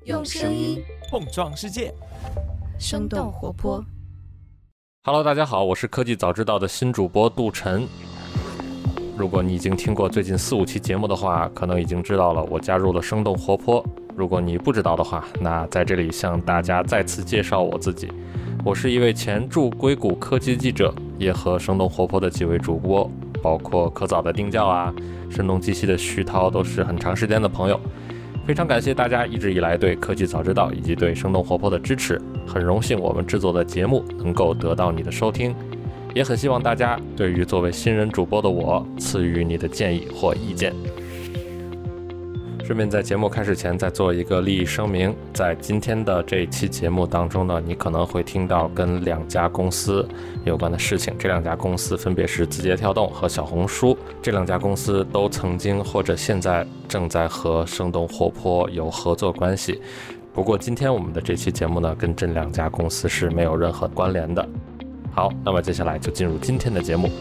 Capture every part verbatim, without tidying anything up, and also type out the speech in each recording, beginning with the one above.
用声音碰撞世界， 生动活泼。 Hello， 大家好，我是科技早知道的新主播杜晨。如果你已经听过最近四五期节目的话，可能已经知道了我加入了生动活泼。如果你不知道的话，那在这里向大家再次介绍我自己。我是一位前驻硅谷科技记者，也和生动活泼的几位主播，包括科早的丁教啊、声东击西的徐涛，都是很长时间的朋友。非常感谢大家一直以来对科技早知道以及对生动活泼的支持，很荣幸我们制作的节目能够得到你的收听，也很希望大家对于作为新人主播的我赐予你的建议或意见。顺便在节目开始前再做一个利益声明，在今天的这一期节目当中呢，你可能会听到跟两家公司有关的事情，这两家公司分别是字节跳动和小红书，这两家公司都曾经或者现在正在和生动活泼有合作关系。不过今天我们的这期节目呢，跟这两家公司是没有任何关联的。好，那么接下来就进入今天的节目。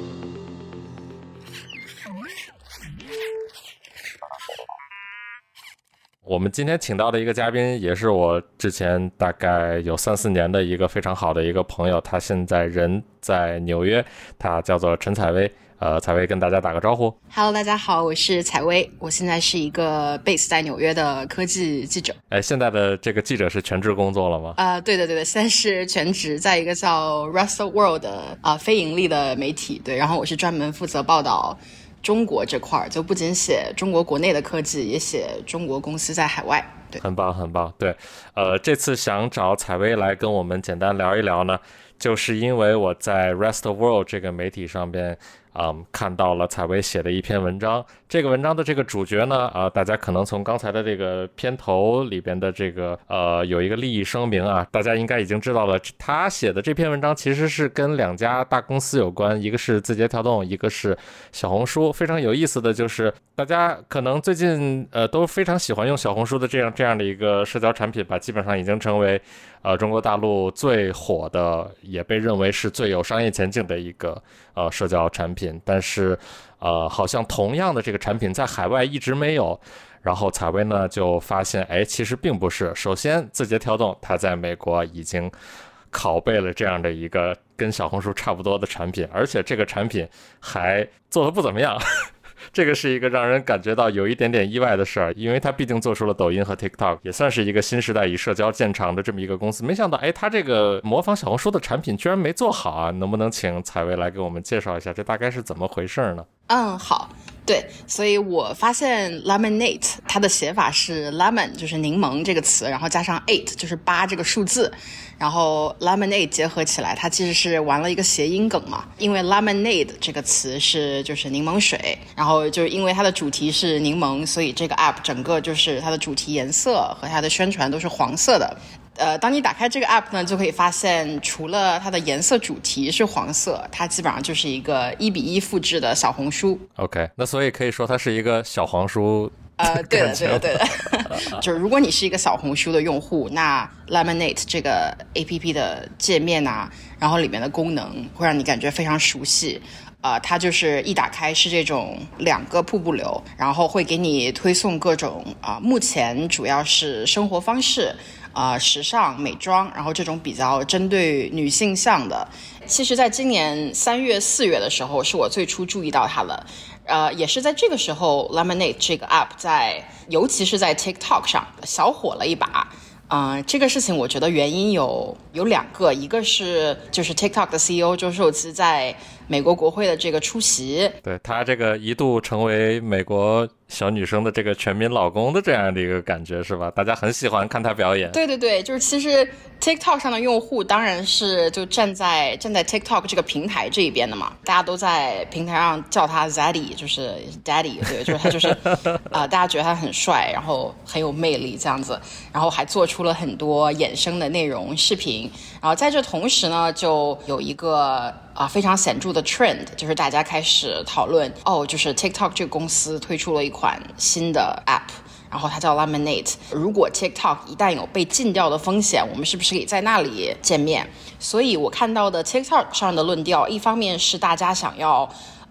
我们今天请到的一个嘉宾，也是我之前大概有三四年的一个非常好的一个朋友，他现在人在纽约，他叫做陈采薇。呃，采薇跟大家打个招呼。 Hello， 大家好，我是采薇，我现在是一个 base 在纽约的科技记者。 哎，现在的这个记者是全职工作了吗？ 呃，对的对的，现在是全职，在一个叫 Rest of World 的啊、呃、非盈利的媒体，对，然后我是专门负责报道中国这块，就不仅写中国国内的科技，也写中国公司在海外。对， 很棒很棒。对，呃，这次想找采薇来跟我们简单聊一聊呢，就是因为我在 Rest of World 这个媒体上边嗯，看到了采薇写的一篇文章。这个文章的这个主角呢，啊、呃，大家可能从刚才的这个片头里边的这个呃有一个利益声明啊，大家应该已经知道了。他写的这篇文章其实是跟两家大公司有关，一个是字节跳动，一个是小红书。非常有意思的就是，大家可能最近呃都非常喜欢用小红书的这样这样的一个社交产品吧，基本上已经成为呃中国大陆最火的，也被认为是最有商业前景的一个呃社交产品。但是呃好像同样的这个产品在海外一直没有，然后采薇呢就发现，哎，其实并不是。首先字节跳动它在美国已经拷贝了这样的一个跟小红书差不多的产品，而且这个产品还做得不怎么样这个是一个让人感觉到有一点点意外的事儿，因为他毕竟做出了抖音和 TikTok， 也算是一个新时代以社交见长的这么一个公司。没想到，哎，他这个模仿小红书的产品居然没做好啊！能不能请采薇来给我们介绍一下，这大概是怎么回事呢？ 嗯，好。对，所以我发现 lemonade 它的写法是 lemon 就是柠檬这个词，然后加上eight就是八这个数字，然后 lemonade 结合起来，它其实是玩了一个谐音梗嘛。因为 lemonade 这个词是就是柠檬水，然后就是因为它的主题是柠檬，所以这个 app 整个就是它的主题颜色和它的宣传都是黄色的。呃，当你打开这个 app 呢，就可以发现，除了它的颜色主题是黄色，它基本上就是一个一比一复制的小红书。 OK， 那所以可以说它是一个小黄书。 呃，对的，对的，对的。就是如果你是一个小红书的用户，那 Lemonade 这个 A P P 的界面啊，然后里面的功能会让你感觉非常熟悉。呃，它就是一打开是这种两个瀑布流，然后会给你推送各种啊、呃，目前主要是生活方式。呃，时尚美妆，然后这种比较针对女性向的，其实在今年三月四月的时候是我最初注意到它的，呃，也是在这个时候 Lemonade 这个 app 在尤其是在 TikTok 上小火了一把。嗯、呃，这个事情我觉得原因有有两个，一个是就是 TikTok 的 C E O 周受资在美国国会的这个出席， 对，他这个一度成为美国小女生的这个全民老公的这样的一个感觉，是吧？大家很喜欢看他表演。 对对对，就是其实 TikTok 上的用户当然是就站在站在 TikTok 这个平台这一边的嘛，大家都在平台上叫他 Zaddy， 就是 Daddy， 对，就是他就是啊、呃，大家觉得他很帅，然后很有魅力这样子，然后还做出了很多衍生的内容视频，然后在这同时呢，就有一个啊、呃、非常显著的 trend， 就是大家开始讨论哦，就是 TikTok 这个公司推出了一款新的 app， 然后它叫 Lemonade。如果 TikTok 一旦有被禁掉的风险，我们是不是可以在那里见面？所以我看到的 TikTok 上的论调，一方面是大家想要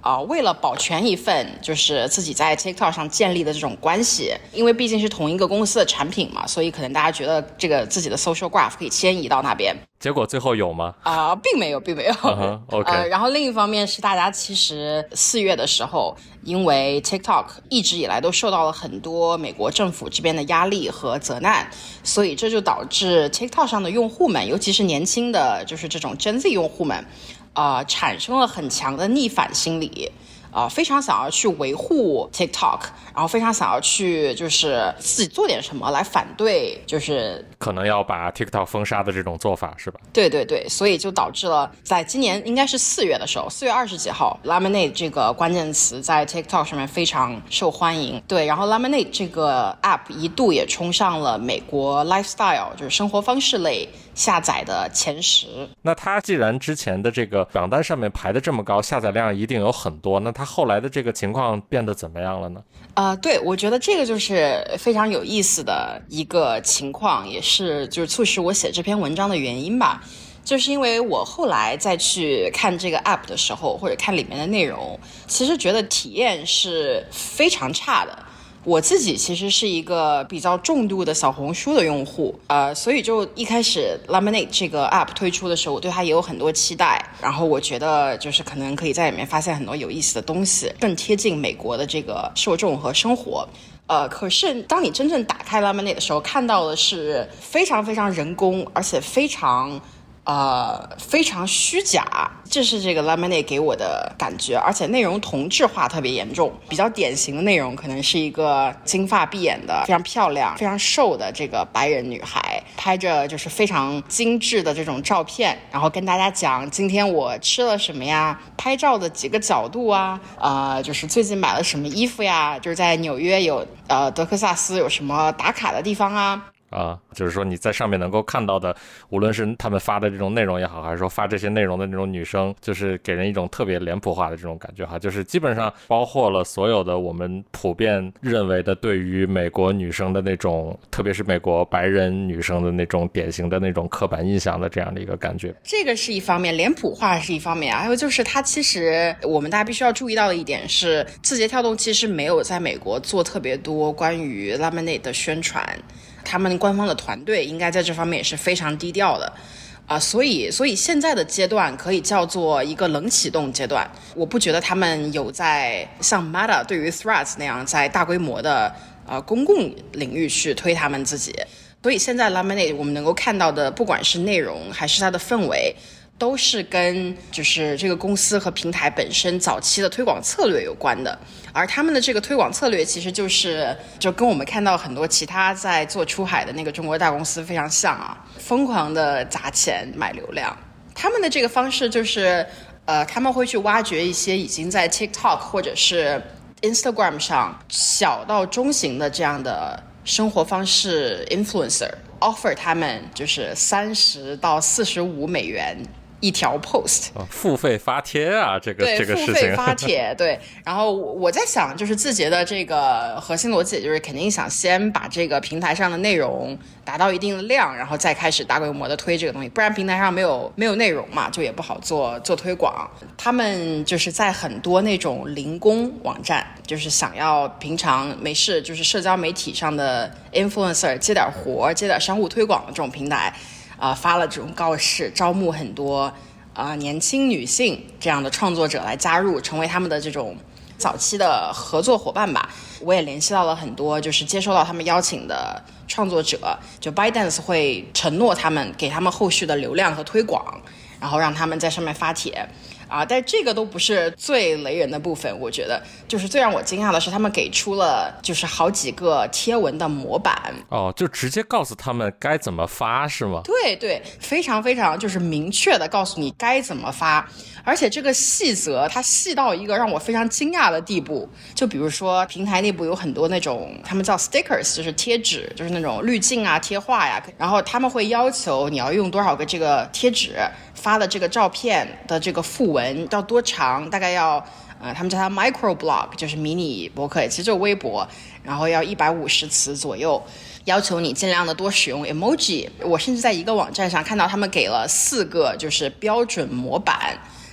啊、呃，为了保全一份就是自己在 TikTok 上建立的这种关系，因为毕竟是同一个公司的产品嘛，所以可能大家觉得这个自己的 social graph 可以迁移到那边。 结果最后有吗？ 啊、呃，并没有，并没有。 uh-huh, okay. 呃，然后另一方面是大家其实四月的时候，因为 TikTok 一直以来都受到了很多美国政府这边的压力和责难，所以这就导致 TikTok 上的用户们，尤其是年轻的就是这种 Gen Z 用户们，呃，产生了很强的逆反心理。呃，非常想要去维护 TikTok， 然后非常想要去就是自己做点什么来反对，就是可能要把 TikTok 封杀的这种做法，是吧？ 对对对，所以就导致了在今年应该是四月的时候，四月二十几号 ，Lemonade 这个关键词在 TikTok 上面非常受欢迎。对，然后 Lemonade 这个 App 一度也冲上了美国 Lifestyle， 就是生活方式类下载的前十。 那它既然之前的这个榜单上面排的这么高，下载量一定有很多，那它后来的这个情况变得怎么样了呢？ 呃，对，我觉得这个就是非常有意思的一个情况，也是就是促使我写这篇文章的原因吧。就是因为我后来再去看这个 app 的时候，或者看里面的内容，其实觉得体验是非常差的。我自己其实是一个比较重度的小红书的用户，呃，所以就一开始 Lemonade 这个 app 推出的时候，我对它也有很多期待，然后我觉得就是可能可以在里面发现很多有意思的东西，更贴近美国的这个受众和生活。呃，可是当你真正打开 Lemonade 的时候，看到的是非常非常人工，而且非常呃，非常虚假，这是这个 Lemonade 给我的感觉，而且内容同质化特别严重。比较典型的内容可能是一个金发碧眼的非常漂亮非常瘦的这个白人女孩，拍着就是非常精致的这种照片，然后跟大家讲今天我吃了什么呀，拍照的几个角度啊，呃，就是最近买了什么衣服呀，就是在纽约有呃德克萨斯有什么打卡的地方啊。 啊，就是说你在上面能够看到的，无论是他们发的这种内容也好，还是说发这些内容的那种女生，就是给人一种特别脸谱化的这种感觉哈，就是基本上包括了所有的我们普遍认为的对于美国女生的那种，特别是美国白人女生的那种典型的那种刻板印象的这样的一个感觉。 这个是一方面，脸谱化是一方面啊，还有就是它其实我们大家必须要注意到的一点是，字节跳动其实没有在美国做特别多关于 Lemonade 的宣传。他们官方的团队应该在这方面也是非常低调的啊、呃，所以所以现在的阶段可以叫做一个冷启动阶段。我不觉得他们有在像 Meta 对于 Threads 那样在大规模的呃公共领域去推他们自己。所以现在 Lemonade 我们能够看到的，不管是内容还是它的氛围，都是跟就是这个公司和平台本身早期的推广策略有关的。而他们的这个推广策略其实就是就跟我们看到很多其他在做出海的那个中国大公司非常像啊，疯狂的砸钱买流量。他们的这个方式就是呃，他们会去挖掘一些已经在 TikTok 或者是 Instagram 上小到中型的这样的生活方式 influencer， offer 他们就是三十到四十五美元一条 post、 哦、付费发帖啊，这个这个事情， 付费发帖，对。然后我在想，就是字节的这个核心逻辑，就是肯定想先把这个平台上的内容达到一定的量，然后再开始大规模的推这个东西，不然平台上没有没有内容嘛，就也不好做做推广。他们就是在很多那种零工网站，就是想要平常没事就是社交媒体上的 influencer 接点活、接点商务推广的这种平台。呃，发了这种告示，招募很多呃年轻女性这样的创作者来加入，成为他们的这种早期的合作伙伴吧。我也联系到了很多就是接受到他们邀请的创作者，就 ByteDance 会承诺他们给他们后续的流量和推广，然后让他们在上面发帖啊，但这个都不是最雷人的部分。我觉得就是最让我惊讶的是，他们给出了就是好几个贴文的模板哦，就直接告诉他们该怎么发是吗？ 对对，非常非常就是明确的告诉你该怎么发，而且这个细则它细到一个让我非常惊讶的地步。就比如说平台内部有很多那种他们叫 stickers， 就是贴纸，就是那种滤镜啊贴画呀，然后他们会要求你要用多少个这个贴纸，发的这个照片的这个附文要多长，大概要呃，他们叫它 micro blog， 就是迷你博客，其实就是微博，然后要一百五十词左右，要求你尽量的多使用 emoji。我甚至在一个网站上看到他们给了四个就是标准模板，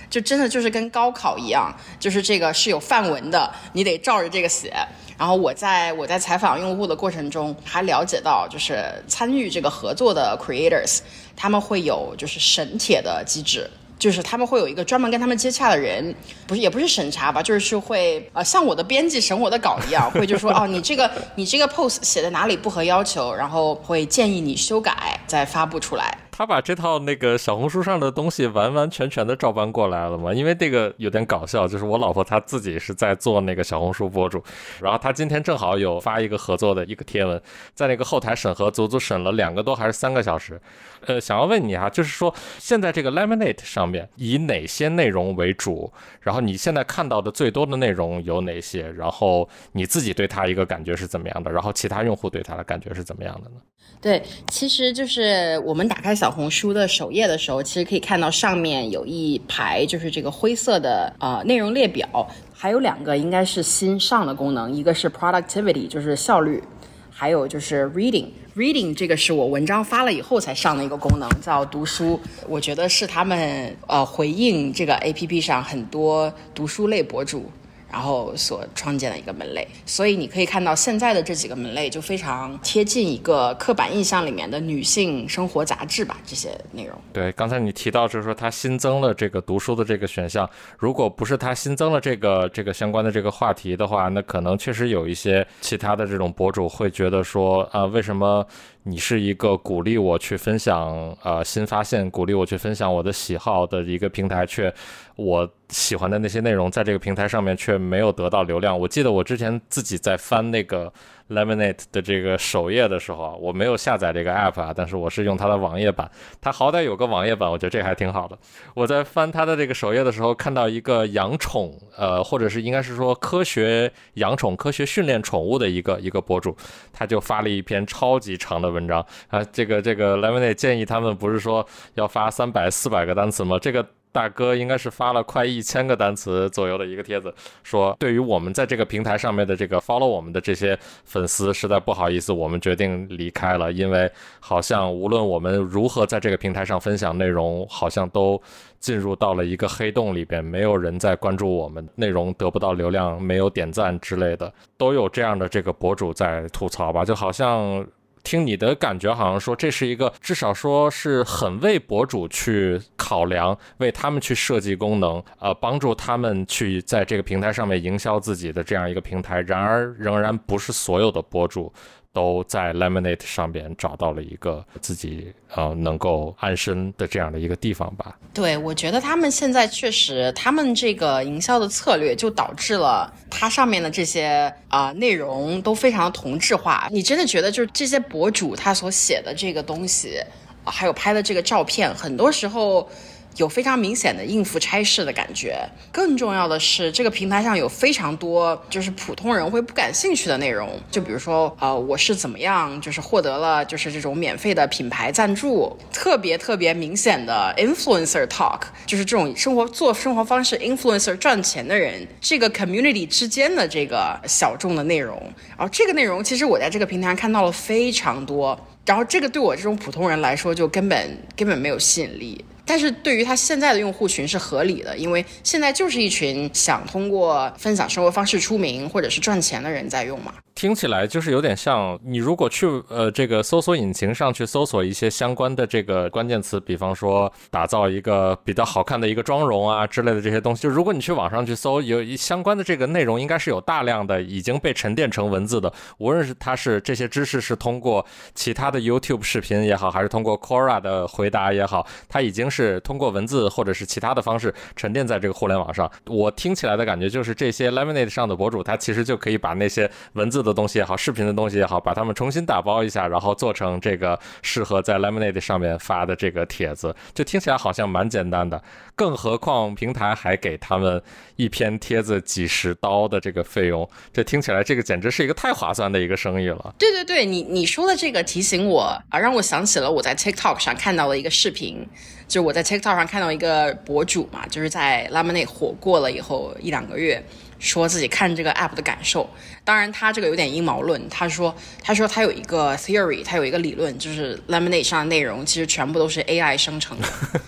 就真的就是跟高考一样，就是这个是有范文的，你得照着这个写。然后我在我在采访用户的过程中还了解到，就是参与这个合作的 creators 他们会有就是审帖的机制，就是他们会有一个专门跟他们接洽的人，不是也不是审查吧，就是会呃像我的编辑审我的稿一样，会就说哦你这个你这个 post 写的哪里不合要求，然后会建议你修改再发布出来。 他把这套那个小红书上的东西完完全全的照搬过来了嘛？因为这个有点搞笑，就是我老婆她自己是在做那个小红书博主，然后她今天正好有发一个合作的一个贴文，在那个后台审核足足审了两个多还是三个小时。呃，想要问你啊，就是说现在这个 Lemonade 上面以哪些内容为主？然后你现在看到的最多的内容有哪些？然后你自己对它一个感觉是怎么样的？然后其他用户对它的感觉是怎么样的呢？ 对，其实就是我们打开小红书的首页的时候，其实可以看到上面有一排就是这个灰色的呃内容列表，还有两个应该是新上的功能，一个是 productivity 就是效率，还有就是 reading reading 这个是我文章发了以后才上的一个功能，叫读书。我觉得是他们呃回应这个 A P P 上很多读书类博主然后所创建的一个门类，所以你可以看到现在的这几个门类就非常贴近一个刻板印象里面的女性生活杂志吧，这些内容。 对，刚才你提到就是说它新增了这个读书的这个选项，如果不是它新增了这个这个相关的这个话题的话，那可能确实有一些其他的这种博主会觉得说啊、呃，为什么你是一个鼓励我去分享呃新发现，鼓励我去分享我的喜好的一个平台，却我喜欢的那些内容在这个平台上面却没有得到流量。我记得我之前自己在翻那个 Lemonade 的这个首页的时候啊，我没有下载这个 app 啊，但是我是用它的网页版，它好歹有个网页版，我觉得这还挺好的。我在翻它的这个首页的时候，看到一个养宠呃，或者是应该是说科学养宠、科学训练宠物的一个一个博主，他就发了一篇超级长的文章啊。这个这个 Lemonade 建议他们不是说要发三百、四百个单词吗？这个大哥应该是发了快一千个单词左右的一个帖子，说对于我们在这个平台上面的这个 follow 我们的这些粉丝，实在不好意思，我们决定离开了，因为好像无论我们如何在这个平台上分享内容，好像都进入到了一个黑洞里边，没有人在关注我们，内容得不到流量，没有点赞之类的，都有这样的这个博主在吐槽吧，就好像听你的感觉好像说这是一个至少说是很为博主去考量，为他们去设计功能，呃，帮助他们去在这个平台上面营销自己的这样一个平台。然而仍然不是所有的博主都在 Lemonade 上边找到了一个自己呃能够安身的这样的一个地方吧。 对，我觉得他们现在确实他们这个营销的策略就导致了它上面的这些啊、呃、内容都非常的同质化。你真的觉得就是这些博主他所写的这个东西、呃、还有拍的这个照片，很多时候有非常明显的应付差事的感觉。更重要的是，这个平台上有非常多就是普通人会不感兴趣的内容，就比如说呃，我是怎么样就是获得了就是这种免费的品牌赞助，特别特别明显的 influencer talk， 就是这种生活做生活方式 influencer 赚钱的人这个 community 之间的这个小众的内容。然后这个内容其实我在这个平台上看到了非常多，然后这个对我这种普通人来说就根本根本没有吸引力。但是对于他现在的用户群是合理的，因为现在就是一群想通过分享生活方式出名或者是赚钱的人在用嘛。 听起来就是有点像你如果去呃这个搜索引擎上去搜索一些相关的这个关键词，比方说打造一个比较好看的一个妆容啊之类的这些东西，就如果你去网上去搜，有相关的这个内容应该是有大量的已经被沉淀成文字的，无论是它是这些知识是通过其他的 YouTube 视频也好，还是通过 Quora 的回答也好，它已经是通过文字或者是其他的方式沉淀在这个互联网上。我听起来的感觉就是这些 Lemonade 上的博主，他其实就可以把那些文字的东西也好，视频的东西也好，把它们重新打包一下，然后做成这个适合在 Lemonade 上面发的这个帖子，就听起来好像蛮简单的。更何况平台还给他们一篇帖子几十刀的这个费用，这听起来这个简直是一个太划算的一个生意了。 对对对，你你说的这个提醒我啊，让我想起了我在 TikTok 上看到的一个视频，就是我在 TikTok 上看到一个博主嘛，就是在 Lemonade 火过了以后一两个月，说自己看这个 app 的感受。当然他这个有点阴谋论，他说他说他有一个 theory， 他有一个理论，就是 Lemonade 上的内容其实全部都是 A I 生成的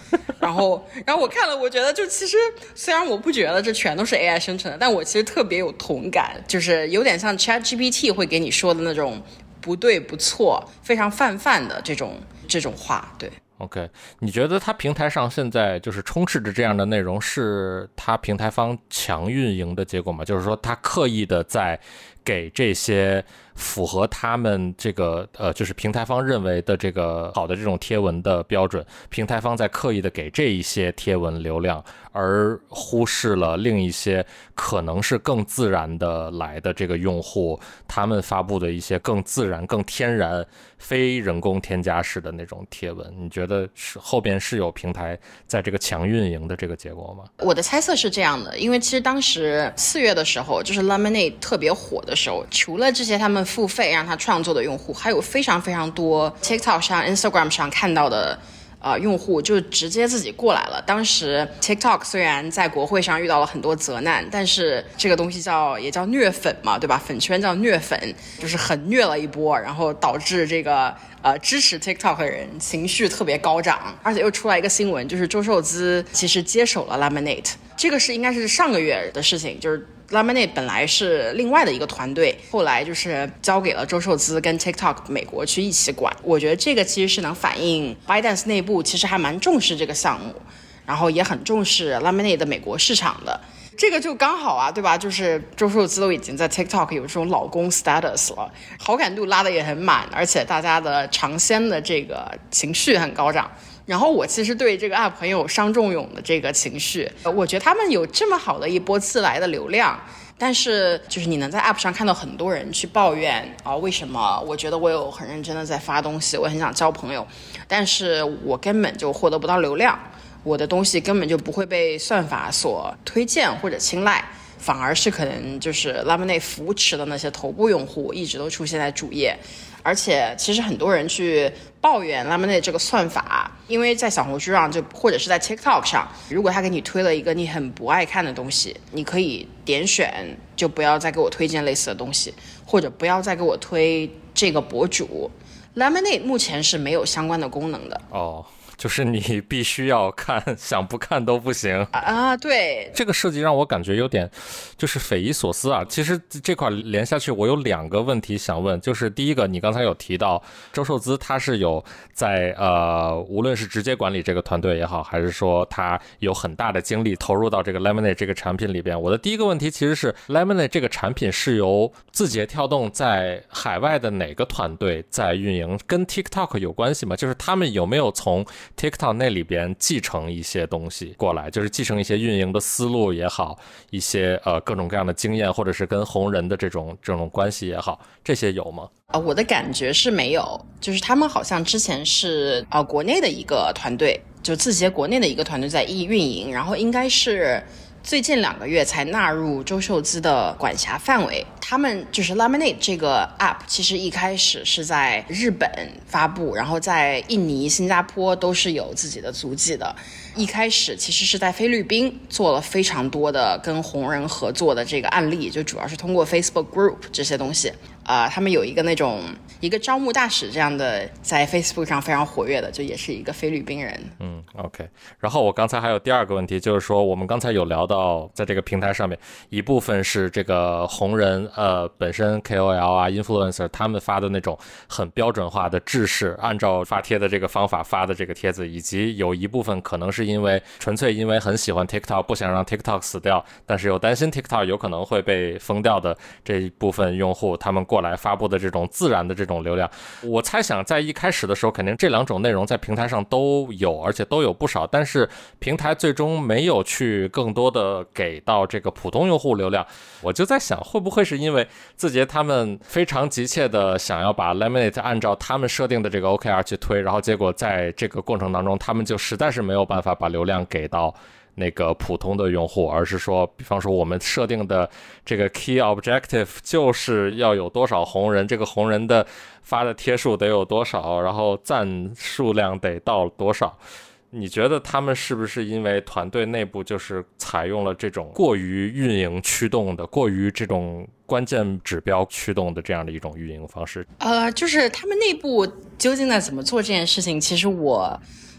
然后，然后我看了，我觉得就其实虽然我不觉得这全都是 A I 生成的，但我其实特别有同感，就是有点像 ChatGPT 会给你说的那种不对不错、非常泛泛的这种这种话，对。 OK， 你觉得它平台上现在就是充斥着这样的内容，是它平台方强运营的结果吗？就是说，它刻意的在给这些符合他们这个呃，就是平台方认为的这个好的这种贴文的标准，平台方在刻意的给这一些贴文流量，而忽视了另一些可能是更自然的来的这个用户，他们发布的一些更自然、更天然、非人工添加式的那种贴文。你觉得是后边是有平台在这个强运营的这个结果吗？ 我的猜测是这样的，因为其实当时四月的时候，就是 Lemonade 特别火的时候，除了这些他们付费让他创作的用户，还有非常非常多 TikTok 上 Instagram 上看到的呃，用户就直接自己过来了。当时 TikTok 虽然在国会上遇到了很多责难，但是这个东西叫也叫虐粉嘛，对吧？粉圈叫虐粉，就是很虐了一波，然后导致这个呃支持 TikTok 的人情绪特别高涨，而且又出来一个新闻，就是周受资其实接手了 Lemonade， 这个是应该是上个月的事情，就是。Lemonade 本来是另外的一个团队，后来就是交给了周受资跟 TikTok 美国去一起管。我觉得这个其实是能反映 ByteDance 内部其实还蛮重视这个项目，然后也很重视 Lemonade 的美国市场的。这个就刚好啊，对吧？就是周受资都已经在 TikTok 有这种老公 status 了，好感度拉得也很满，而且大家的尝鲜的这个情绪很高涨。然后我其实对这个 app 很有伤仲永的这个情绪，我觉得他们有这么好的一波自来的流量，但是就是你能在 app 上看到很多人去抱怨啊，为什么我觉得我有很认真的在发东西，我很想交朋友，但是我根本就获得不到流量，我的东西根本就不会被算法所推荐或者青睐，反而是可能就是 Lemonade 扶持的那些头部用户一直都出现在主页。而且其实很多人去抱怨 Lemonade 这个算法，因为在小红书上就或者是在 TikTok 上，如果他给你推了一个你很不爱看的东西，你可以点选就不要再给我推荐类似的东西，或者不要再给我推这个博主。Lemonade 目前是没有相关的功能的。 哦，就是你必须要看，想不看都不行啊！对， 这个设计让我感觉有点就是匪夷所思啊。其实这块连下去，我有两个问题想问，就是第一个，你刚才有提到周受资他是有在呃，无论是直接管理这个团队也好，还是说他有很大的精力投入到这个 Lemonade 这个产品里边。我的第一个问题其实是 Lemonade 这个产品是由字节跳动在海外的哪个团队在运营，跟 TikTok 有关系吗？就是他们有没有从TikTok 那里边继承一些东西过来，就是继承一些运营的思路也好，一些呃各种各样的经验，或者是跟红人的这种这种关系也好，这些有吗？ 啊、呃，我的感觉是没有，就是他们好像之前是啊、呃、国内的一个团队，就字节国内的一个团队在运营，然后应该是最近两个月才纳入周受资的管辖范围。他们就是 Lemonade 这个 app 其实一开始是在日本发布，然后在印尼、新加坡都是有自己的足迹的。一开始其实是在菲律宾做了非常多的跟红人合作的这个案例，就主要是通过 Facebook Group 这些东西。啊、呃，他们有一个那种一个招募大使这样的，在 Facebook 上非常活跃的，就也是一个菲律宾人。 嗯 ，OK。然后我刚才还有第二个问题，就是说我们刚才有聊到，在这个平台上面，一部分是这个红人，呃，本身 K O L 啊、influencer 他们发的那种很标准化的制式，按照发帖的这个方法发的这个帖子，以及有一部分可能是因为纯粹因为很喜欢 TikTok， 不想让 TikTok 死掉，但是又担心 TikTok 有可能会被封掉的这一部分用户，他们过来发布的这种自然的这种流量。我猜想在一开始的时候肯定这两种内容在平台上都有，而且都有不少，但是平台最终没有去更多的给到这个普通用户流量。我就在想会不会是因为字节他们非常急切的想要把 Lemonade 按照他们设定的这个 O K R 去推，然后结果在这个过程当中他们就实在是没有办法把流量给到那个普通的用户，而是说比方说我们设定的这个 key objective 就是要有多少红人，这个红人的发的贴数得有多少，然后赞数量得到多少。你觉得他们是不是因为团队内部就是采用了这种过于运营驱动的，过于这种关键指标驱动的这样的一种运营方式？ 呃，就是他们内部究竟在怎么做这件事情，其实我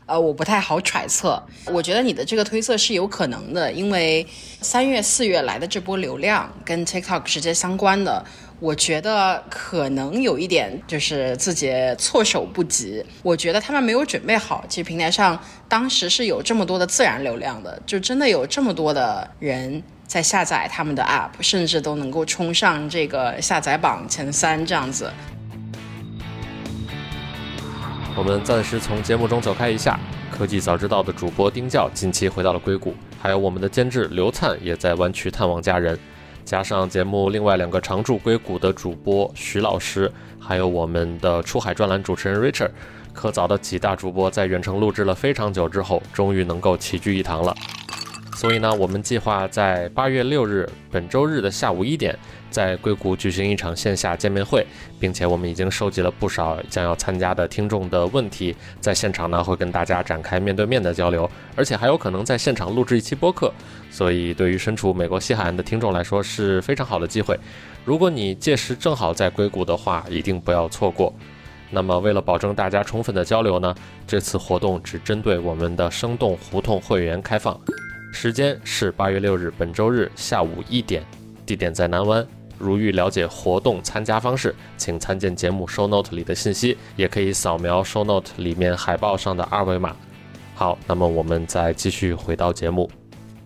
呃，我不太好揣测。我觉得你的这个推测是有可能的，因为三月四月来的这波流量跟 TikTok 直接相关的，我觉得可能有一点就是字节措手不及。我觉得他们没有准备好，其实平台上当时是有这么多的自然流量的，就真的有这么多的人在下载他们的 app， 甚至都能够冲上这个下载榜前三这样子。 我们暂时从节目中走开一下，科技早知道的主播丁教近期回到了硅谷，还有我们的监制刘灿也在湾区探望家人，加上节目另外两个常驻硅谷的主播徐老师，还有我们的出海专栏主持人 Richard， 科早的几大主播在远程录制了非常久之后，终于能够齐聚一堂了。所以呢，我们计划在八月六日本周日的下午一点在硅谷举行一场线下见面会，并且我们已经收集了不少将要参加的听众的问题，在现场呢会跟大家展开面对面的交流，而且还有可能在现场录制一期播客，所以对于身处美国西海岸的听众来说是非常好的机会。如果你届时正好在硅谷的话，一定不要错过。那么为了保证大家充分的交流呢，这次活动只针对我们的生动胡同会员开放，时间是八月六日本周日下午一点，地点在南湾。如欲了解活动参加方式，请参见节目 show note 里的信息，也可以扫描 show note 里面海报上的二维码。好，那么我们再继续回到节目。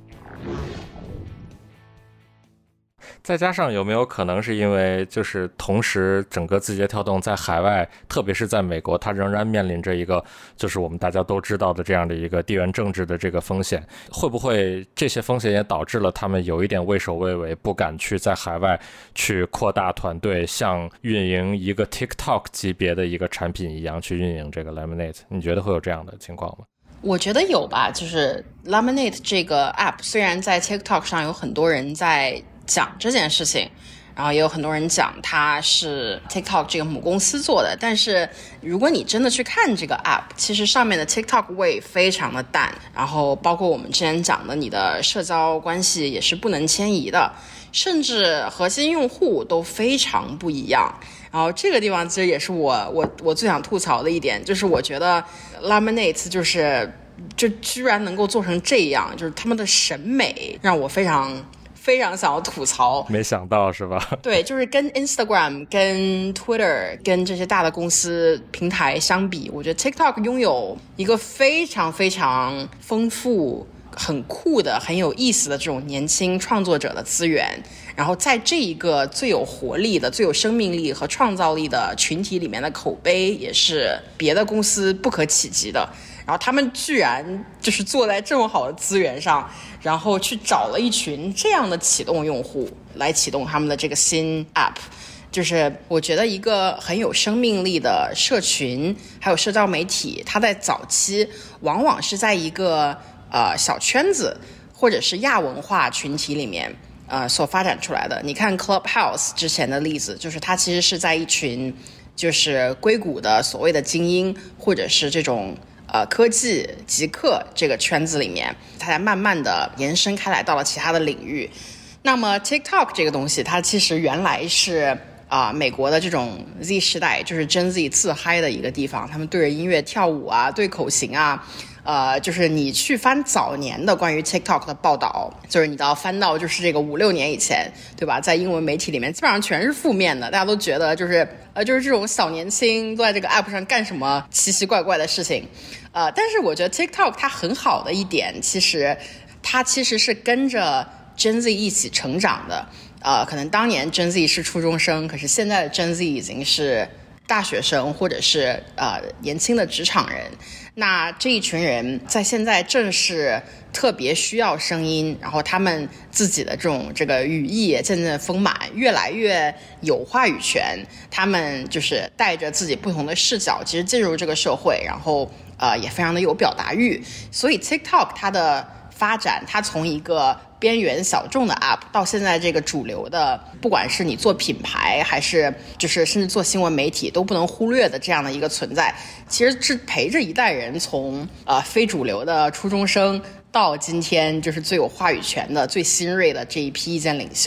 再加上有没有可能是因为就是同时整个字节跳动在海外，特别是在美国，它仍然面临着一个就是我们大家都知道的这样的一个地缘政治的这个风险，会不会这些风险也导致了他们有一点畏首畏尾，不敢去在海外去扩大团队，像运营一个 TikTok 级别的一个产品一样去运营这个 Lemonade？ 你觉得会有这样的情况吗？ 我觉得有吧，就是 Lemonade 这个 app 虽然在 TikTok 上有很多人在讲这件事情，然后也有很多人讲它是 TikTok 这个母公司做的，但是如果你真的去看这个 app， 其实上面的 TikTok 味非常的淡，然后包括我们之前讲的你的社交关系也是不能迁移的，甚至核心用户都非常不一样。然后这个地方其实也是我我我最想吐槽的一点，就是我觉得 Lemonade 就是就居然能够做成这样，就是他们的审美让我非常非常想要吐槽。 没想到是吧？ 对，就是跟 Instagram 跟 Twitter 跟这些大的公司平台相比，我觉得 TikTok 拥有一个非常非常丰富很酷的很有意思的这种年轻创作者的资源，然后在这一个最有活力的最有生命力和创造力的群体里面的口碑也是别的公司不可企及的，然后他们居然就是坐在这么好的资源上，然后去找了一群这样的启动用户来启动他们的这个新 app， 就是我觉得一个很有生命力的社群还有社交媒体，它在早期往往是在一个呃小圈子或者是亚文化群体里面呃所发展出来的。你看 Clubhouse 之前的例子，就是它其实是在一群就是硅谷的所谓的精英或者是这种呃科技极客这个圈子里面，它才慢慢的延伸开来到了其他的领域。那么 TikTok 这个东西，它其实原来是啊、呃，美国的这种 Z 时代，就是 Gen Z 自嗨的一个地方，他们对着音乐跳舞啊，对口型啊，呃，就是你去翻早年的关于 TikTok 的报道，就是你都要翻到就是这个五六年以前，对吧？在英文媒体里面基本上全是负面的，大家都觉得就是呃，就是这种小年轻都在这个 app 上干什么奇奇怪怪的事情，呃，但是我觉得 TikTok 它很好的一点，其实它其实是跟着 Gen Z 一起成长的。呃，可能当年 Gen Z 是初中生，可是现在的 Gen Z 已经是大学生或者是呃年轻的职场人。那这一群人在现在正是特别需要声音，然后他们自己的这种这个语义也渐渐丰满，越来越有话语权。他们就是带着自己不同的视角，其实进入这个社会，然后呃也非常的有表达欲。所以 TikTok 它的发展，它从一个边缘小众的 app 到现在这个主流的，不管是你做品牌还是就是甚至做新闻媒体都不能忽略的这样的一个存在，其实是陪着一代人从呃非主流的初中生到今天就是最有话语权的最新锐的这一批意见领袖的。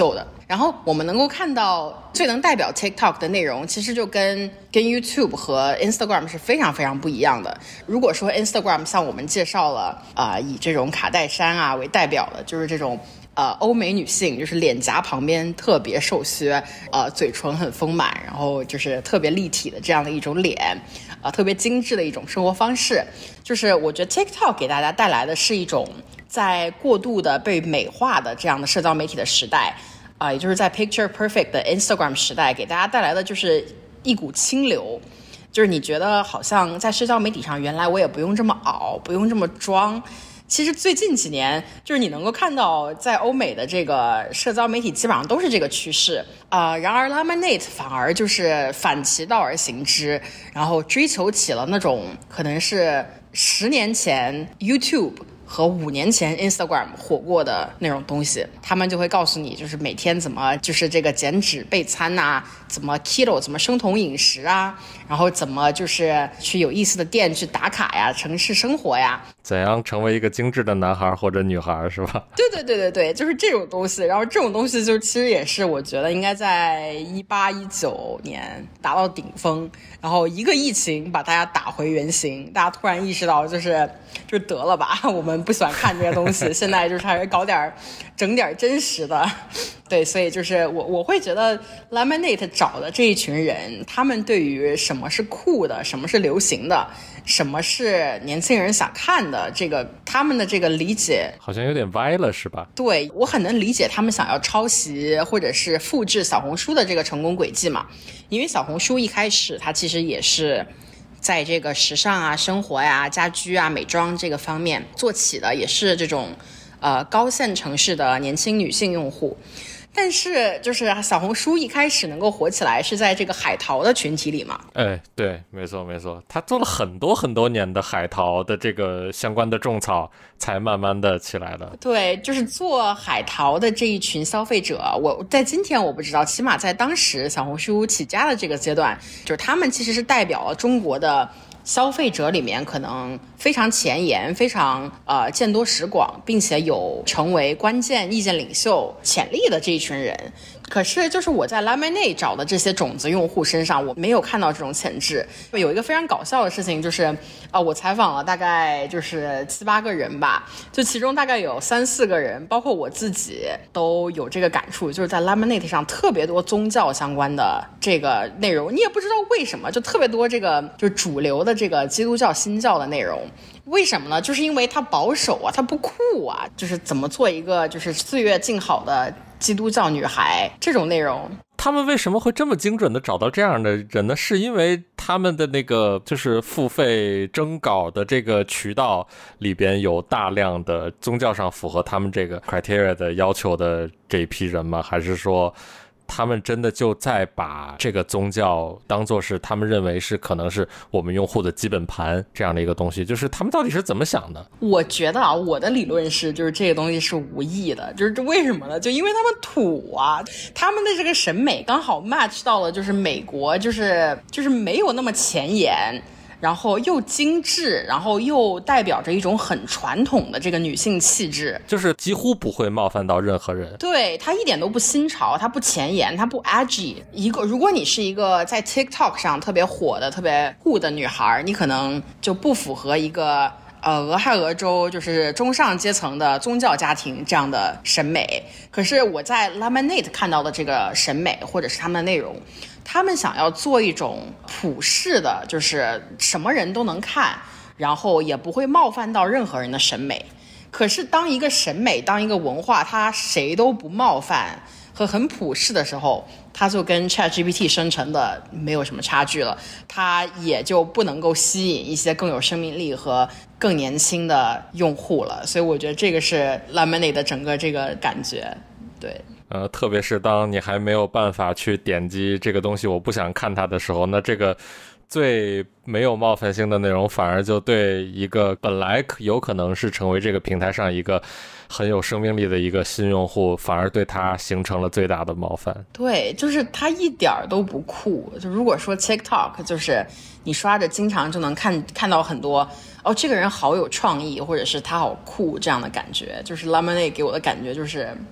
然后我们能够看到最能代表 TikTok 的内容，其实就跟跟 YouTube 和 Instagram 是非常非常不一样的。如果说 Instagram 像我们介绍了啊、呃，以这种卡戴珊啊为代表的，就是这种呃欧美女性，就是脸颊旁边特别瘦削，呃嘴唇很丰满，然后就是特别立体的这样的一种脸，呃特别精致的一种生活方式。就是我觉得 TikTok 给大家带来的是一种在过度的被美化的这样的社交媒体的时代。啊、呃，也就是在 Picture Perfect 的 Instagram 时代，给大家带来的就是一股清流，就是你觉得好像在社交媒体上，原来我也不用这么熬，不用这么装。其实最近几年，就是你能够看到，在欧美的这个社交媒体基本上都是这个趋势啊、呃。然而 Lemonade 反而就是反其道而行之，然后追求起了那种可能是十年前 YouTube和五年前 Instagram 火过的那种东西。他们就会告诉你，就是每天怎么就是这个减脂备餐啊，怎么 keto 怎么生酮饮食啊，然后怎么就是去有意思的店去打卡呀，城市生活呀， 怎样成为一个精致的男孩或者女孩，是吧？ 对对对对对，就是这种东西。然后这种东西就其实也是我觉得应该在一八一九年达到顶峰，然后一个疫情把大家打回原形，大家突然意识到就是就得了吧，我们不喜欢看这些东西，现在就是还是搞点整点真实的。对，所以就是我我会觉得 Lemonade 找的这一群人，他们对于什么是酷的，什么是流行的，什么是年轻人想看的，这个他们的这个理解好像有点歪了，是吧？ 对，我很能理解他们想要抄袭或者是复制小红书的这个成功轨迹嘛，因为小红书一开始它其实也是在这个时尚啊、生活呀、家居啊、美妆这个方面做起的，也是这种呃高线城市的年轻女性用户。但是就是小红书一开始能够火起来是在这个海淘的群体里嘛。 哎，对，没错没错，他做了很多很多年的海淘的这个相关的种草，才慢慢的起来的。 对，就是做海淘的这一群消费者，我在今天我不知道，起码在当时小红书起家的这个阶段，就是他们其实是代表了中国的消费者里面可能非常前沿、非常呃见多识广，并且有成为关键意见领袖潜力的这一群人。可是就是我在 Lemonade 找的这些种子用户身上，我没有看到这种潜质。有一个非常搞笑的事情就是，呃，我采访了大概就是七八个人吧，就其中大概有三四个人，包括我自己都有这个感触，就是在 Lemonade 上特别多宗教相关的这个内容，你也不知道为什么，就特别多这个就是主流的这个基督教新教的内容。为什么呢？就是因为它保守啊，它不酷啊，就是怎么做一个就是岁月静好的基督教女孩这种内容。 他们为什么会这么精准的找到这样的人呢？是因为他们的那个就是付费征稿的这个渠道里边有大量的宗教上符合他们这个 criteria 的要求的这一批人吗？还是说他们真的就在把这个宗教当作是他们认为是可能是我们用户的基本盘这样的一个东西，就是他们到底是怎么想的？ 我觉得啊，我的理论是就是这个东西是无意的，就是这为什么呢？就因为他们土啊，他们的这个审美刚好 match 到了就是美国，就是就是没有那么前沿，然后又精致，然后又代表着一种很传统的这个女性气质， 就是几乎不会冒犯到任何人。 对，她一点都不新潮，她不前沿，她不 edgy。一个如果你是一个在 TikTok 上特别火的、特别酷的女孩，你可能就不符合一个呃俄亥俄州就是中上阶层的宗教家庭这样的审美。可是我在 Lemonade 看到的这个审美或者是他们的内容，他们想要做一种普世的，就是什么人都能看，然后也不会冒犯到任何人的审美。可是当一个审美，当一个文化，它谁都不冒犯和很普世的时候，它就跟 ChatGPT 生成的没有什么差距了，它也就不能够吸引一些更有生命力和更年轻的用户了。所以我觉得这个是 Lemonade 的整个这个感觉。对， 呃，特别是当你还没有办法去点击这个东西我不想看它的时候，那这个最没有冒犯性的内容反而就对一个本来有可能是成为这个平台上一个很有生命力的一个新用户，反而对他形成了最大的冒犯。 对，就是他一点都不酷。就如果说 TikTok 就是你刷着经常就能看看到很多哦这个人好有创意，或者是他好酷这样的感觉，就是 Lemonade 给我的感觉就是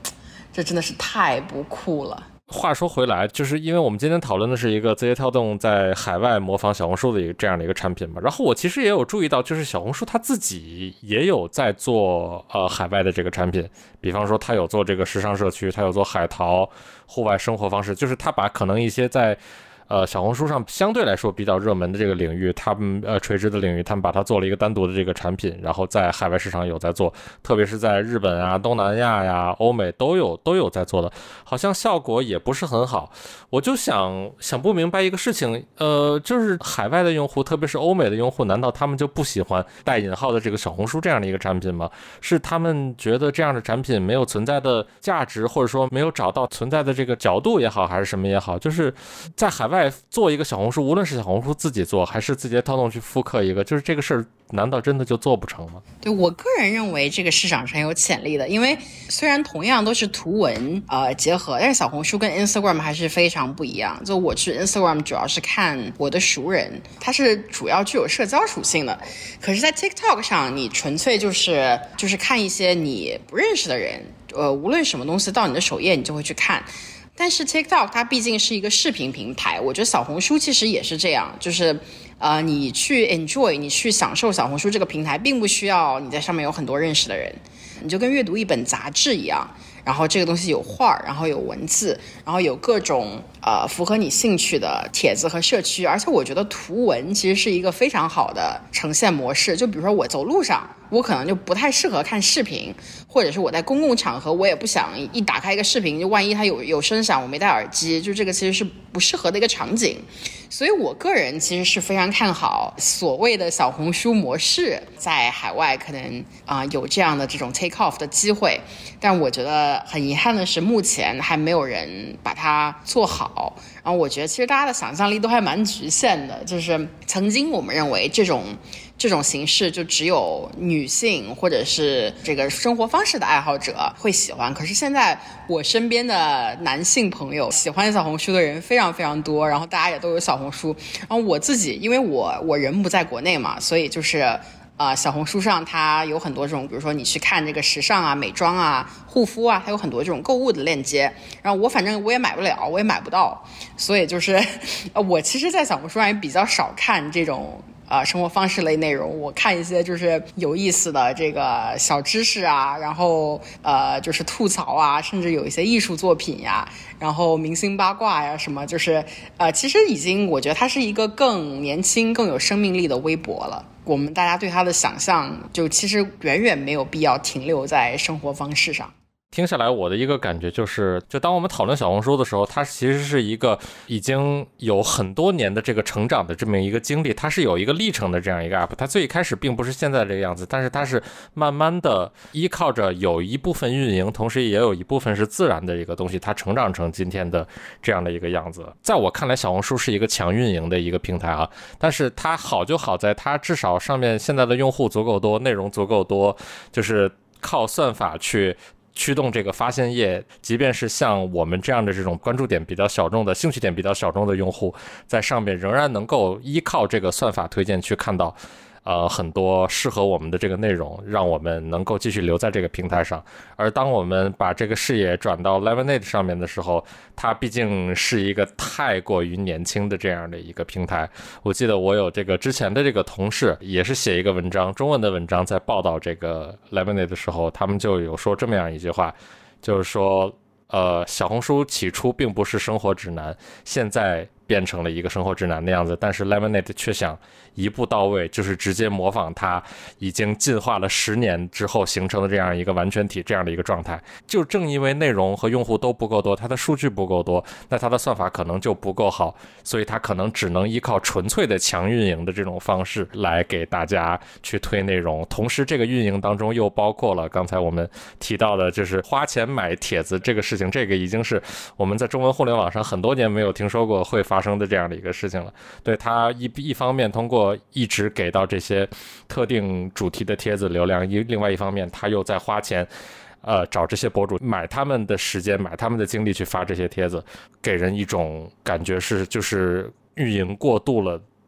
这真的是太不酷了。 话说回来，就是因为我们今天讨论的是一个字节跳动在海外模仿小红书的一个这样的一个产品嘛，然后我其实也有注意到，就是小红书它自己也有在做呃海外的这个产品，比方说它有做这个时尚社区，它有做海淘、户外生活方式，就是它把可能一些在呃，小红书上相对来说比较热门的这个领域，他们呃垂直的领域，他们把它做了一个单独的这个产品，然后在海外市场有在做，特别是在日本啊、东南亚呀、欧美都有都有在做的，好像效果也不是很好。我就想想不明白一个事情，呃，就是海外的用户，特别是欧美的用户，难道他们就不喜欢带引号的这个小红书这样的一个产品吗？是他们觉得这样的产品没有存在的价值，或者说没有找到存在的这个角度也好，还是什么也好，就是在海外做一个小红书，无论是小红书自己做还是字节跳动去复刻一个，就是这个事儿难道真的就做不成吗？ 对，我个人认为这个市场是很有潜力的，因为虽然同样都是图文呃结合，但是小红书跟 Instagram 还是非常不一样。就我去 Instagram 主要是看我的熟人，它是主要具有社交属性的，可是在 TikTok 上你纯粹就是就是看一些你不认识的人，呃，无论什么东西到你的首页你就会去看。但是 TikTok 它毕竟是一个视频平台，我觉得小红书其实也是这样，就是呃，你去 enjoy 你去享受小红书这个平台，并不需要你在上面有很多认识的人，你就跟阅读一本杂志一样，然后这个东西有画，然后有文字，然后有各种呃符合你兴趣的帖子和社区，而且我觉得图文其实是一个非常好的呈现模式。就比如说我走路上，我可能就不太适合看视频，或者是我在公共场合，我也不想一打开一个视频，就万一它有有声响，我没戴耳机，就这个其实是不适合的一个场景。所以我个人其实是非常看好所谓的小红书模式在海外可能啊、呃、有这样的这种 take off 的机会，但我觉得很遗憾的是目前还没有人把它做好。然后我觉得其实大家的想象力都还蛮局限的，就是曾经我们认为这种这种形式就只有女性或者是这个生活方式的爱好者会喜欢，可是现在我身边的男性朋友喜欢小红书的人非常非常多，然后大家也都有小红书。然后我自己因为我我人不在国内嘛，所以就是呃，小红书上它有很多这种，比如说你去看这个时尚啊、美妆啊、护肤啊，它有很多这种购物的链接。然后我反正我也买不了，我也买不到，所以就是呃，我其实在小红书上也比较少看这种呃生活方式类内容，我看一些就是有意思的这个小知识啊，然后呃就是吐槽啊，甚至有一些艺术作品呀，然后明星八卦呀什么，就是呃其实已经我觉得它是一个更年轻、更有生命力的微博了。我们大家对它的想象就其实远远没有必要停留在生活方式上。 听下来我的一个感觉就是，就当我们讨论小红书的时候，它其实是一个已经有很多年的这个成长的这么一个经历，它是有一个历程的这样一个 app。 它最开始并不是现在这个样子，但是它是慢慢的依靠着有一部分运营，同时也有一部分是自然的一个东西，它成长成今天的这样的一个样子。在我看来，小红书是一个强运营的一个平台啊，但是它好就好在它至少上面现在的用户足够多，内容足够多，就是靠算法去驱动这个发现页，即便是像我们这样的这种关注点比较小众的、兴趣点比较小众的用户，在上面仍然能够依靠这个算法推荐去看到呃，很多适合我们的这个内容，让我们能够继续留在这个平台上。而当我们把这个视野转到 Lemonade 上面的时候，它毕竟是一个太过于年轻的这样的一个平台。我记得我有这个之前的这个同事也是写一个文章，中文的文章，在报道这个 Lemonade 的时候，他们就有说这么样一句话，就是说呃，小红书起初并不是生活指南，现在变成了一个生活指南的样子，但是 Lemonade 却想一步到位，就是直接模仿它已经进化了十年之后形成的这样一个完全体这样的一个状态。就正因为内容和用户都不够多，它的数据不够多，那它的算法可能就不够好，所以它可能只能依靠纯粹的强运营的这种方式来给大家去推内容。同时这个运营当中又包括了刚才我们提到的就是花钱买帖子这个事情，这个已经是我们在中文互联网上很多年没有听说过会发生的这样的一个事情了。对，它一一方面通过一直给到这些特定主题的帖子流量，一另外一方面它又在花钱呃，找这些博主买他们的时间买他们的精力去发这些帖子，给人一种感觉是就是运营过度了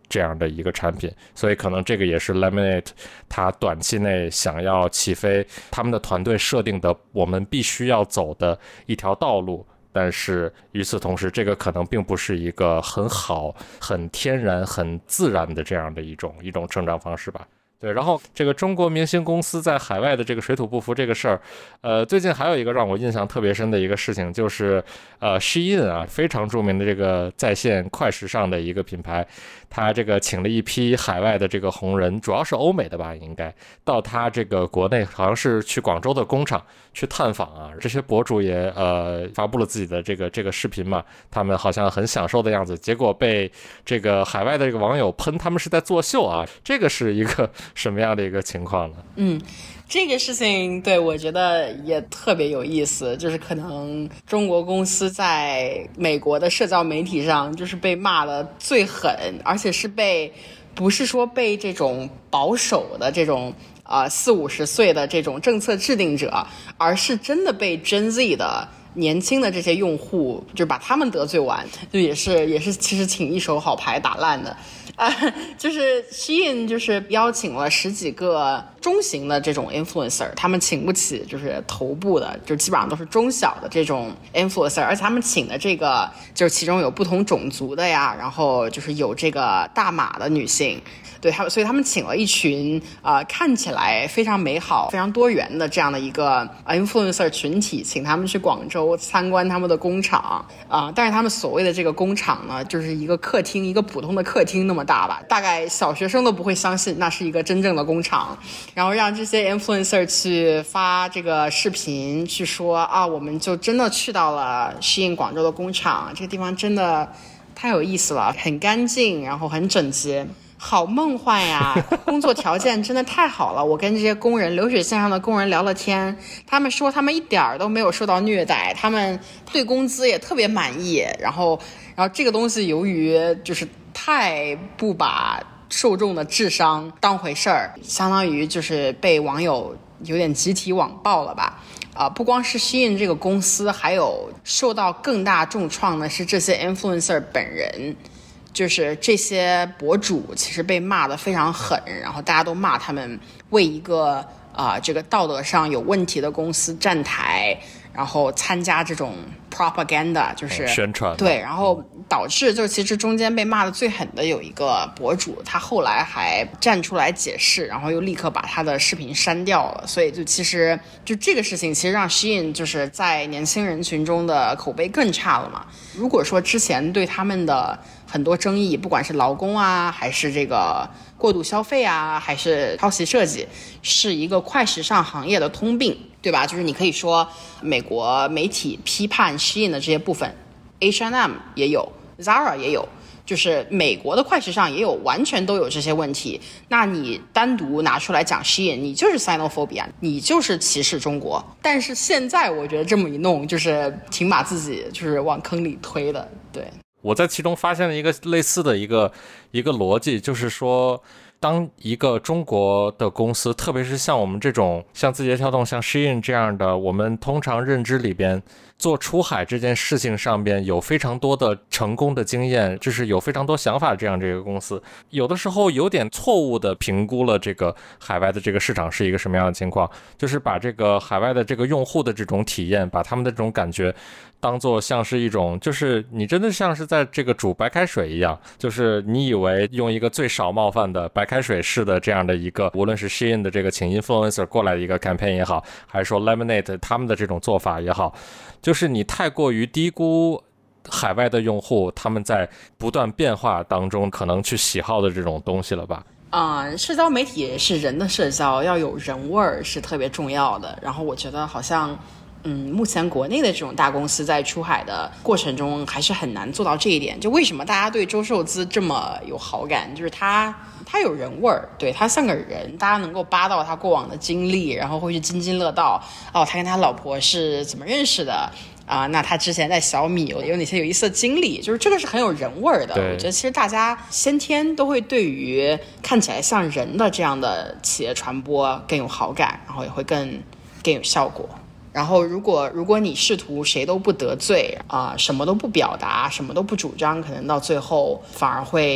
这样的一个产品，所以可能这个也是 Lemonade 它短期内想要起飞，他们的团队设定的我们必须要走的一条道路。但是与此同时，这个可能并不是一个很好、很天然、很自然的这样的一种一种成长方式吧。对，然后这个中国明星公司在海外的这个水土不服这个事儿，呃，最近还有一个让我印象特别深的一个事情，就是呃 ，Shein 啊，非常著名的这个在线快时尚的一个品牌，他这个请了一批海外的这个红人，主要是欧美的吧，应该到他这个国内，好像是去广州的工厂去探访啊。这些博主也呃发布了自己的这个这个视频嘛，他们好像很享受的样子，结果被这个海外的这个网友喷他们是在作秀啊，这个是一个什么样的一个情况呢？ 嗯，这个事情对我觉得也特别有意思，就是可能中国公司在美国的社交媒体上就是被骂的最狠，而且是被不是说被这种保守的这种呃四五十岁的这种政策制定者，而是真的被 Gen Z 的年轻的这些用户就把他们得罪完，就也是也是其实挺一手好牌打烂的。啊，就是 Shein 就是邀请了十几个中型的这种 influencer， 他们请不起就是头部的，就基本上都是中小的这种 influencer， 而且他们请的这个就是其中有不同种族的呀，然后就是有这个大码的女性，对他们，所以他们请了一群呃看起来非常美好、非常多元的这样的一个 influencer 群体，请他们去广州参观他们的工厂啊、呃，但是他们所谓的这个工厂呢，就是一个客厅，一个普通的客厅那么大吧，大概小学生都不会相信那是一个真正的工厂，然后让这些 influencer 去发这个视频，去说啊，我们就真的去到了Shein广州的工厂，这个地方真的太有意思了，很干净，然后很整洁。好梦幻呀，工作条件真的太好了。我跟这些工人，流水线上的工人聊了天，他们说他们一点都没有受到虐待，他们对工资也特别满意。然后，然后这个东西由于就是太不把受众的智商当回事儿，相当于就是被网友有点集体网暴了吧。啊、呃，不光是Shein这个公司，还有受到更大重创的是这些 influencer 本人。就是这些博主其实被骂得非常狠，然后大家都骂他们为一个啊、呃、这个道德上有问题的公司站台，然后参加这种 propaganda， 就是宣传。 对，然后导致就其实中间被骂得最狠的有一个博主，他后来还站出来解释，然后又立刻把他的视频删掉了。所以就其实就这个事情，其实让 Shein 就是在年轻人群中的口碑更差了嘛。如果说之前对他们的很多争议，不管是劳工啊，还是这个过度消费啊，还是抄袭设计，是一个快时尚行业的通病，对吧？就是你可以说美国媒体批判 Shein 的这些部分 H and M 也有， Zara 也有，就是美国的快时尚也有，完全都有这些问题。那你单独拿出来讲 Shein， 你就是 Sinophobia， 你就是歧视中国。但是现在我觉得这么一弄，就是挺把自己就是往坑里推的。对， 我在其中发现了一个类似的一个一个逻辑，就是说当一个中国的公司，特别是像我们这种像字节跳动、像 Shein 这样的，我们通常认知里边做出海这件事情上边有非常多的成功的经验，就是有非常多想法，这样这个公司有的时候有点错误的评估了这个海外的这个市场是一个什么样的情况，就是把这个海外的这个用户的这种体验，把他们的这种感觉当做像是一种，就是你真的像是在这个煮白开水一样，就是你以为用一个最少冒犯的白开水式的这样的一个，无论是 Shein 的这个请 influencer 过来的一个 campaign 也好，还是说 Lemonade 他们的这种做法也好，就是你太过于低估海外的用户他们在不断变化当中可能去喜好的这种东西了吧。 啊、呃，社交媒体是人的社交，要有人味儿是特别重要的。然后我觉得好像嗯，目前国内的这种大公司在出海的过程中还是很难做到这一点。就为什么大家对周受资这么有好感，就是他他有人味儿，对，他像个人，大家能够扒到他过往的经历，然后会去津津乐道。哦，他跟他老婆是怎么认识的啊、呃？那他之前在小米有有哪些有意思的经历？就是这个是很有人味儿的。我觉得其实大家先天都会对于看起来像人的这样的企业传播更有好感，然后也会更更有效果。然后如果如果你试图谁都不得罪啊、呃，什么都不表达，什么都不主张，可能到最后反而会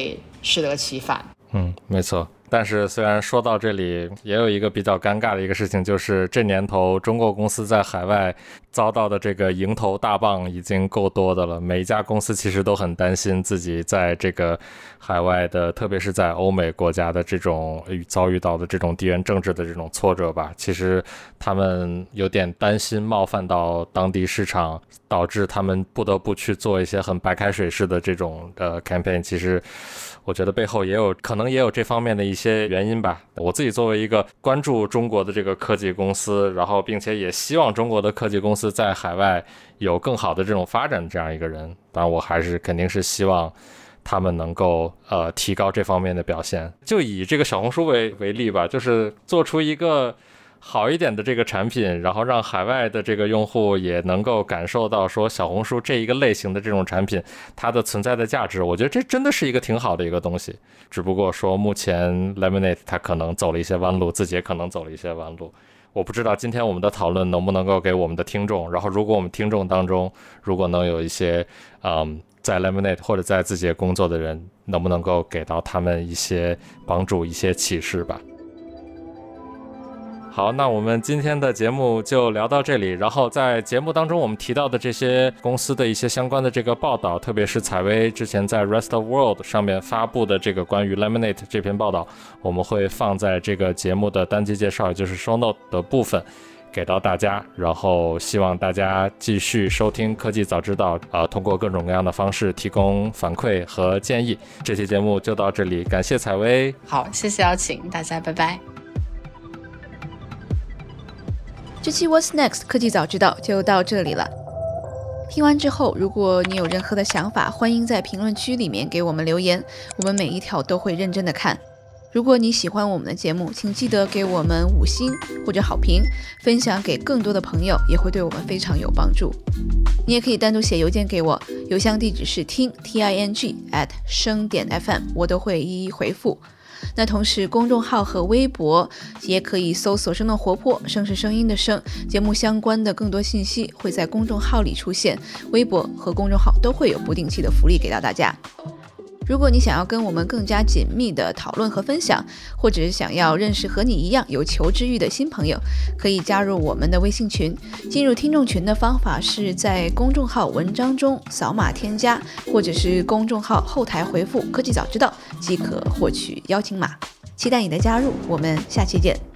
适得其反。 嗯，没错。但是虽然说到这里，也有一个比较尴尬的一个事情，就是这年头中国公司在海外遭到的这个迎头大棒已经够多的了。每一家公司其实都很担心自己在这个海外的，特别是在欧美国家的这种遭遇到的这种地缘政治的这种挫折吧。其实他们有点担心冒犯到当地市场，导致他们不得不去做一些很白开水式的这种呃 campaign。其实我觉得背后也有可能也有这方面的一些原因吧。我自己作为一个关注中国的这个科技公司，然后并且也希望中国的科技公司在海外有更好的这种发展这样一个人，当然我还是肯定是希望他们能够呃提高这方面的表现。就以这个小红书为为例吧，就是做出一个好一点的这个产品，然后让海外的这个用户也能够感受到说小红书这一个类型的这种产品它的存在的价值，我觉得这真的是一个挺好的一个东西。只不过说目前 Lemonade 它可能走了一些弯路，自己也可能走了一些弯路。我不知道今天我们的讨论能不能够给我们的听众，然后如果我们听众当中如果能有一些嗯在 Lemonade 或者在字节工作的人，能不能够给到他们一些帮助，一些启示吧。好，那我们今天的节目就聊到这里。然后在节目当中我们提到的这些公司的一些相关的这个报道，特别是采薇之前在 Rest of World 上面发布的这个关于 Lemonade 这篇报道，我们会放在这个节目的单集介绍，也就是 show note 的部分给到大家。然后希望大家继续收听科技早知道，呃，通过各种各样的方式提供反馈和建议。这期节目就到这里，感谢采薇。 好，谢谢邀请，大家拜拜。 这期 What's Next 科技早知道就到这里了。听完之后，如果你有任何的想法，欢迎在评论区里面给我们留言，我们每一条都会认真的看。如果你喜欢我们的节目，请记得给我们五星或者好评，分享给更多的朋友，也会对我们非常有帮助。你也可以单独写邮件给我，邮箱地址是听 ting at 声点 fm， 我都会一一回复。那同时公众号和微博也可以搜索生动活泼，声是声音的声，节目相关的更多信息会在公众号里出现，微博和公众号都会有不定期的福利给到大家。如果你想要跟我们更加紧密的讨论和分享，或者是想要认识和你一样有求知欲的新朋友，可以加入我们的微信群。进入听众群的方法是在公众号文章中扫码添加，或者是公众号后台回复科技早知道即可获取邀请码。期待你的加入，我们下期见。